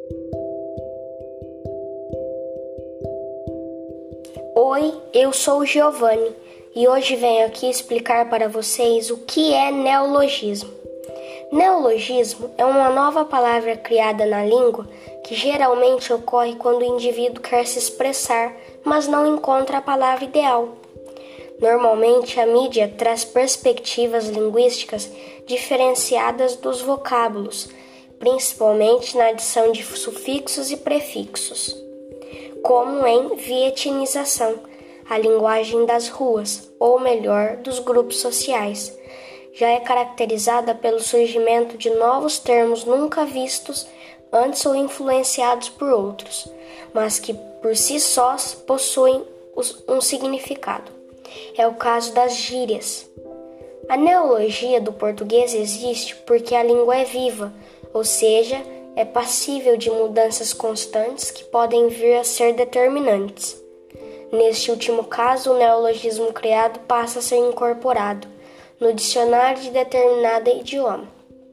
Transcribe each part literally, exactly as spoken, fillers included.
Oi, eu sou o Giovanni e hoje venho aqui explicar para vocês o que é neologismo. Neologismo é uma nova palavra criada na língua que geralmente ocorre quando o indivíduo quer se expressar, mas não encontra a palavra ideal. Normalmente, a mídia traz perspectivas linguísticas diferenciadas dos vocábulos, principalmente na adição de sufixos e prefixos, como em vietinização, a linguagem das ruas, ou melhor, dos grupos sociais. Já é caracterizada pelo surgimento de novos termos nunca vistos antes ou influenciados por outros, mas que por si sós possuem um significado. É o caso das gírias. A neologia do português existe porque a língua é viva, ou seja, é passível de mudanças constantes que podem vir a ser determinantes. Neste último caso, o neologismo criado passa a ser incorporado no dicionário de determinado idioma.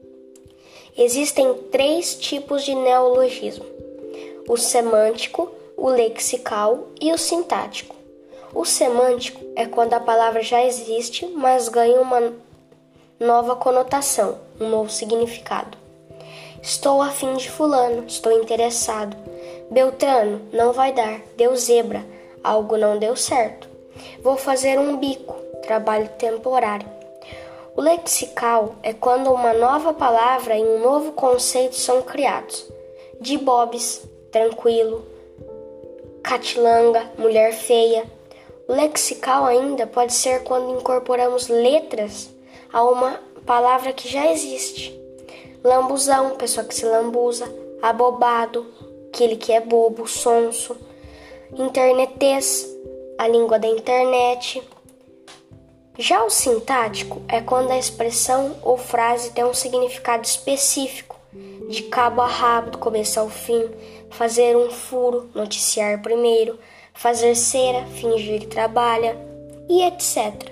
Existem três tipos de neologismo: o semântico, o lexical e o sintático. O semântico é quando a palavra já existe, mas ganha uma nova conotação, um novo significado. Estou afim de fulano, estou interessado. Beltrano, não vai dar, deu zebra, algo não deu certo. Vou fazer um bico, trabalho temporário. O lexical é quando uma nova palavra e um novo conceito são criados. De bobs, tranquilo, catilanga, mulher feia. O lexical ainda pode ser quando incorporamos letras a uma palavra que já existe. Lambuzão, pessoa que se lambuza. Abobado, aquele que é bobo, sonso. Internetês, a língua da internet. Já o sintático é quando a expressão ou frase tem um significado específico, de cabo a rabo, do começo ao fim, fazer um furo, noticiar primeiro, fazer cera, fingir que trabalha, e etcétera.